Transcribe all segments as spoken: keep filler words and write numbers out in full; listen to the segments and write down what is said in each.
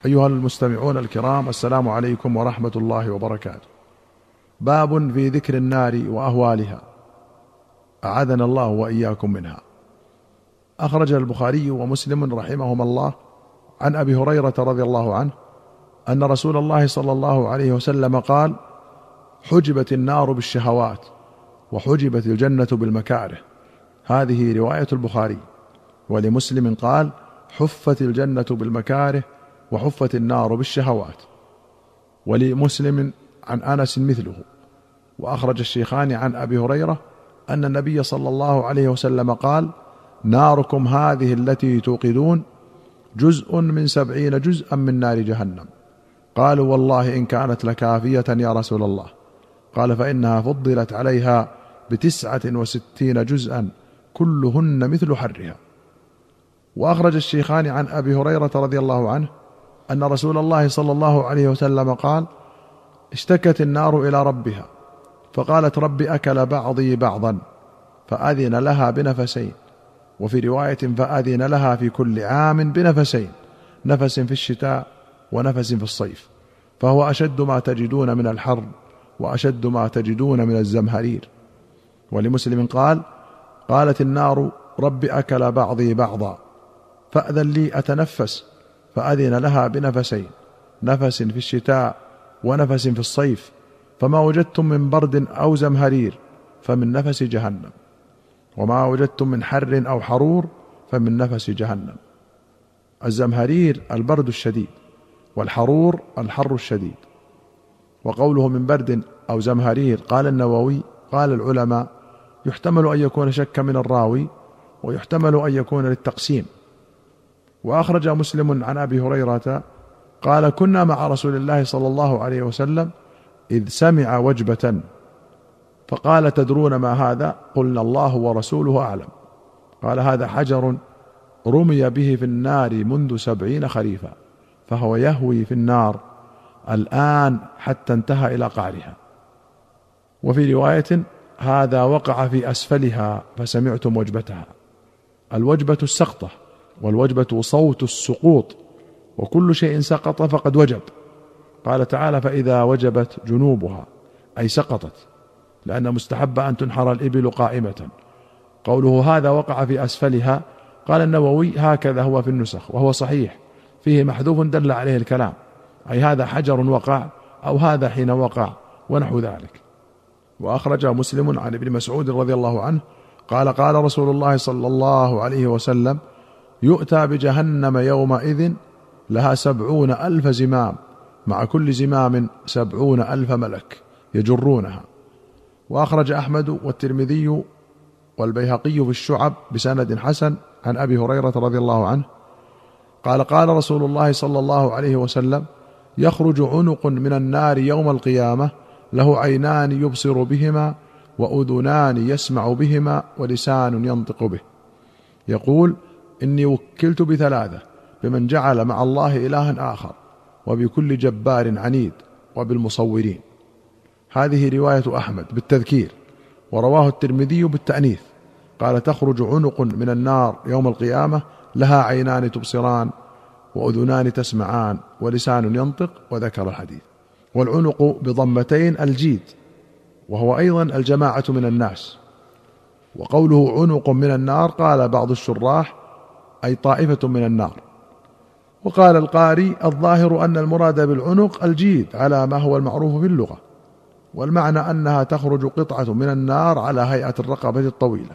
أيها المستمعون الكرام، السلام عليكم ورحمة الله وبركاته. باب في ذكر النار وأهوالها، أعاذنا الله وإياكم منها. أخرج البخاري ومسلم رحمهما الله عن أبي هريرة رضي الله عنه أن رسول الله صلى الله عليه وسلم قال: حجبت النار بالشهوات وحجبت الجنة بالمكاره. هذه رواية البخاري. ولمسلم قال: حفت الجنة بالمكاره وحفت النار بالشهوات. ولمسلم عن أنس مثله. وأخرج الشيخان عن أبي هريرة أن النبي صلى الله عليه وسلم قال: ناركم هذه التي توقدون جزء من سبعين جزءا من نار جهنم. قالوا: والله إن كانت لكافية يا رسول الله. قال: فإنها فضلت عليها بتسعة وستين جزءا كلهن مثل حرها. وأخرج الشيخان عن أبي هريرة رضي الله عنه أن رسول الله صلى الله عليه وسلم قال: اشتكت النار إلى ربها فقالت: رب أكل بعضي بعضا، فأذن لها بنفسين. وفي رواية: فأذن لها في كل عام بنفسين، نفس في الشتاء ونفس في الصيف، فهو أشد ما تجدون من الحر وأشد ما تجدون من الزمهرير. ولمسلم قال: قالت النار: رب أكل بعضي بعضا، فأذن لي أتنفس، فأذن لها بنفسين، نفس في الشتاء ونفس في الصيف، فما وجدتم من برد أو زمهرير فمن نفس جهنم، وما وجدتم من حر أو حرور فمن نفس جهنم. الزمهرير البرد الشديد، والحرور الحر الشديد. وقوله من برد أو زمهرير، قال النووي: قال العلماء: يحتمل أن يكون شك من الراوي، ويحتمل أن يكون للتقسيم. وأخرج مسلم عن أبي هريرة قال: كنا مع رسول الله صلى الله عليه وسلم إذ سمع وجبة فقال: تدرون ما هذا؟ قلنا: الله ورسوله أعلم. قال: هذا حجر رمي به في النار منذ سبعين خريفا، فهو يهوي في النار الآن حتى انتهى إلى قعرها. وفي رواية: هذا وقع في أسفلها فسمعتم وجبتها. الوجبة السقطة، والوجبة صوت السقوط، وكل شيء سقط فقد وجب. قال تعالى: فإذا وجبت جنوبها، أي سقطت، لأن مستحب أن تنحر الإبل قائمة. قوله هذا وقع في أسفلها، قال النووي: هكذا هو في النسخ، وهو صحيح، فيه محذوف دل عليه الكلام، أي هذا حجر وقع، أو هذا حين وقع، ونحو ذلك. وأخرج مسلم عن ابن مسعود رضي الله عنه قال: قال رسول الله صلى الله عليه وسلم: يؤتى بجهنم يومئذ لها سبعون ألف زمام، مع كل زمام سبعون ألف ملك يجرونها. وأخرج أحمد والترمذي والبيهقي في الشعب بسند حسن عن أبي هريرة رضي الله عنه قال: قال رسول الله صلى الله عليه وسلم: يخرج عنق من النار يوم القيامة له عينان يبصر بهما، وأذنان يسمع بهما، ولسان ينطق به، يقول: إني وكلت بثلاثة، بمن جعل مع الله إلها آخر، وبكل جبار عنيد، وبالمصورين. هذه رواية أحمد بالتذكير، ورواه الترمذي بالتأنيث. قال: تخرج عنق من النار يوم القيامة لها عينان تبصران، وأذنان تسمعان، ولسان ينطق، وذكر الحديث. والعنق بضمتين الجيد، وهو أيضا الجماعة من الناس. وقوله عنق من النار، قال بعض الشراح: أي طائفة من النار. وقال القاري: الظاهر أن المراد بالعنق الجيد على ما هو المعروف في اللغة، والمعنى أنها تخرج قطعة من النار على هيئة الرقبة الطويلة.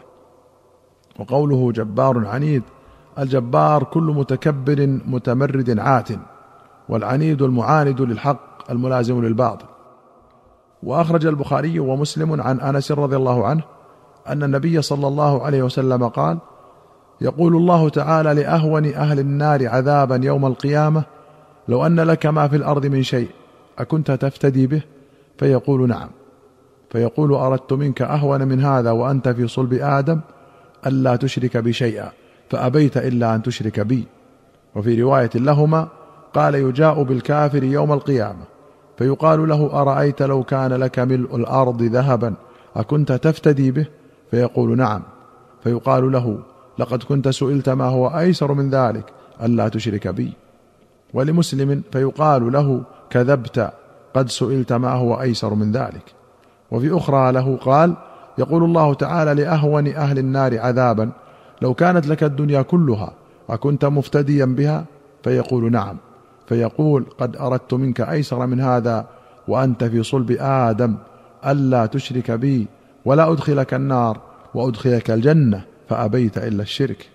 وقوله جبار عنيد، الجبار كل متكبر متمرد عات، والعنيد المعاند للحق الملازم للباطل. وأخرج البخاري ومسلم عن أنس رضي الله عنه أن النبي صلى الله عليه وسلم قال: يقول الله تعالى لأهون أهل النار عذابا يوم القيامة: لو أن لك ما في الأرض من شيء أكنت تفتدي به؟ فيقول: نعم. فيقول: أردت منك أهون من هذا وأنت في صلب آدم، ألا تشرك بي شيئا، فأبيت إلا أن تشرك بي. وفي رواية لهما قال: يجاء بالكافر يوم القيامة فيقال له: أرأيت لو كان لك ملء الأرض ذهبا أكنت تفتدي به؟ فيقول: نعم. فيقال له: لقد كنت سئلت ما هو أيسر من ذلك، ألا تشرك بي. ولمسلم: فيقال له: كذبت، قد سئلت ما هو أيسر من ذلك. وفي أخرى له قال: يقول الله تعالى لأهون أهل النار عذابا: لو كانت لك الدنيا كلها أكنت مفتديا بها؟ فيقول: نعم. فيقول: قد أردت منك أيسر من هذا وأنت في صلب آدم، ألا تشرك بي ولا أدخلك النار وأدخلك الجنة، فأبيت إلا الشرك.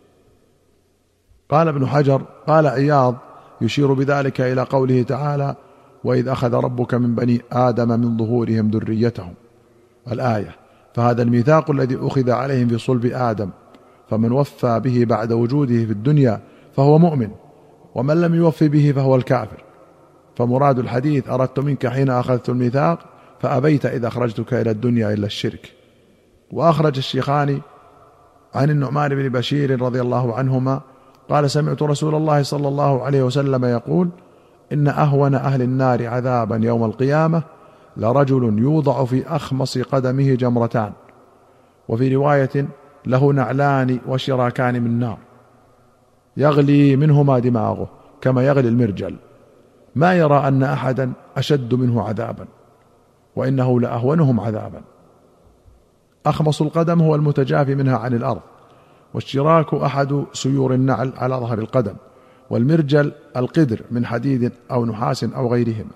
قال ابن حجر: قال عياض يشير بذلك إلى قوله تعالى: وإذ أخذ ربك من بني آدم من ظهورهم ذريتهم، الآية. فهذا الميثاق الذي أخذ عليهم في صلب آدم، فمن وفى به بعد وجوده في الدنيا فهو مؤمن، ومن لم يوفي به فهو الكافر. فمراد الحديث: أردت منك حين أخذت الميثاق فأبيت إذا أخرجتك إلى الدنيا إلا الشرك. وأخرج الشيخان عن النعمان بن بشير رضي الله عنهما قال: سمعت رسول الله صلى الله عليه وسلم يقول: إن أهون أهل النار عذابا يوم القيامة لرجل يوضع في أخمص قدمه جمرتان، وفي رواية: له نعلان وشراكان من نار يغلي منهما دماغه كما يغلي المرجل، ما يرى أن أحدا أشد منه عذابا، وإنه لأهونهم عذابا. أخمص القدم هو المتجافي منها عن الأرض، والشراك أحد سيور النعل على ظهر القدم، والمرجل القدر من حديد أو نحاس أو غيرهما.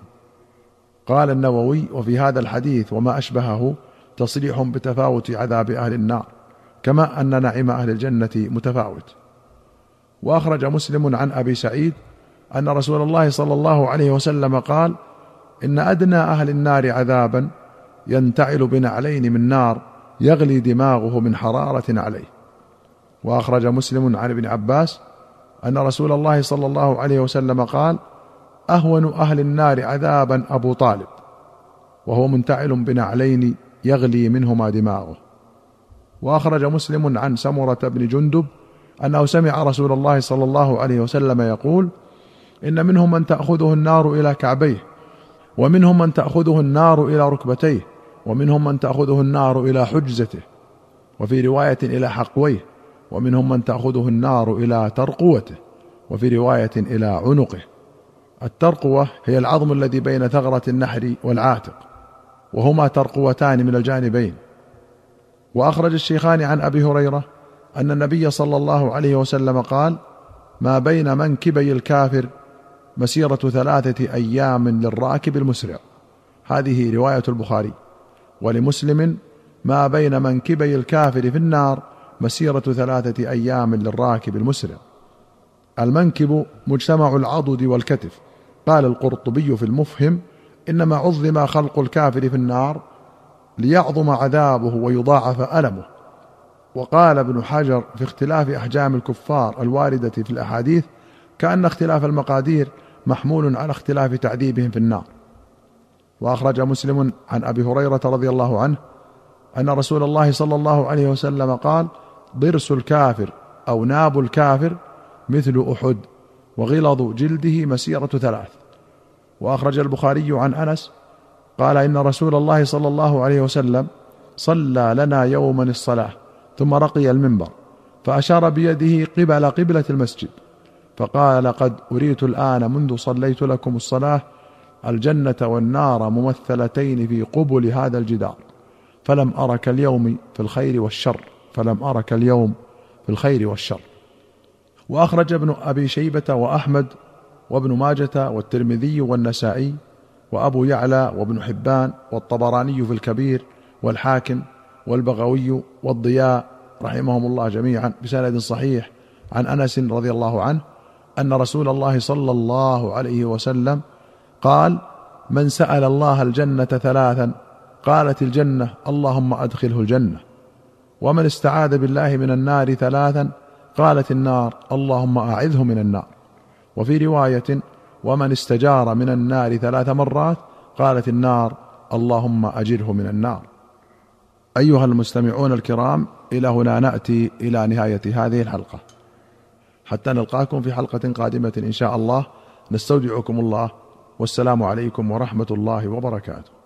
قال النووي: وفي هذا الحديث وما أشبهه تصريح بتفاوت عذاب أهل النار، كما أن نعيم أهل الجنة متفاوت. وأخرج مسلم عن أبي سعيد أن رسول الله صلى الله عليه وسلم قال: إن أدنى أهل النار عذابا ينتعل بنعلين من نار يغلي دماغه من حرارة عليه. وأخرج مسلم عن ابن عباس أن رسول الله صلى الله عليه وسلم قال: أهون أهل النار عذابا أبو طالب، وهو منتعل بنعلين يغلي منهما دماغه. وأخرج مسلم عن سمرة بن جندب أنه سمع رسول الله صلى الله عليه وسلم يقول: إن منهم من تأخذه النار إلى كعبيه، ومنهم من تأخذه النار إلى ركبتيه، ومنهم من تأخذه النار إلى حجزته، وفي رواية إلى حقويه، ومنهم من تأخذه النار إلى ترقوته، وفي رواية إلى عنقه. الترقوة هي العظم الذي بين ثغرة النحر والعاتق، وهما ترقوتان من الجانبين. وأخرج الشيخان عن أبي هريرة أن النبي صلى الله عليه وسلم قال: ما بين منكبي الكافر مسيرة ثلاثة أيام للراكب المسرع. هذه رواية البخاري. ولمسلم: ما بين منكبي الكافر في النار مسيرة ثلاثة أيام للراكب المسرع. المنكب مجتمع العضد والكتف. قال القرطبي في المفهم: إنما عظم خلق الكافر في النار ليعظم عذابه ويضاعف ألمه. وقال ابن حجر في اختلاف أحجام الكفار الواردة في الأحاديث: كأن اختلاف المقادير محمول على اختلاف تعذيبهم في النار. وأخرج مسلم عن أبي هريرة رضي الله عنه أن رسول الله صلى الله عليه وسلم قال: ضرس الكافر أو ناب الكافر مثل أحد، وغلظ جلده مسيرة ثلاث. وأخرج البخاري عن أنس قال: إن رسول الله صلى الله عليه وسلم صلى لنا يوما الصلاة، ثم رقي المنبر فأشار بيده قبل قبلة المسجد فقال: قد أريت الآن منذ صليت لكم الصلاة الجنة والنار ممثلتين في قبل هذا الجدار، فلم أرك اليوم في الخير والشر فلم أرك اليوم في الخير والشر. وأخرج ابن أبي شيبة وأحمد وابن ماجة والترمذي والنسائي وأبو يعلى وابن حبان والطبراني في الكبير والحاكم والبغوي والضياء رحمهم الله جميعا بسند صحيح عن أنس رضي الله عنه أن رسول الله صلى الله عليه وسلم قال: من سأل الله الجنة ثلاثا قالت الجنة اللهم أدخله الجنة، ومن استعاذ بالله من النار ثلاثا قالت النار اللهم أعذه من النار. وفي رواية: ومن استجار من النار ثلاث مرات قالت النار اللهم أجره من النار. أيها المستمعون الكرام، إلى هنا نأتي إلى نهاية هذه الحلقة، حتى نلقاكم في حلقة قادمة إن شاء الله. نستودعكم الله، والسلام عليكم ورحمة الله وبركاته.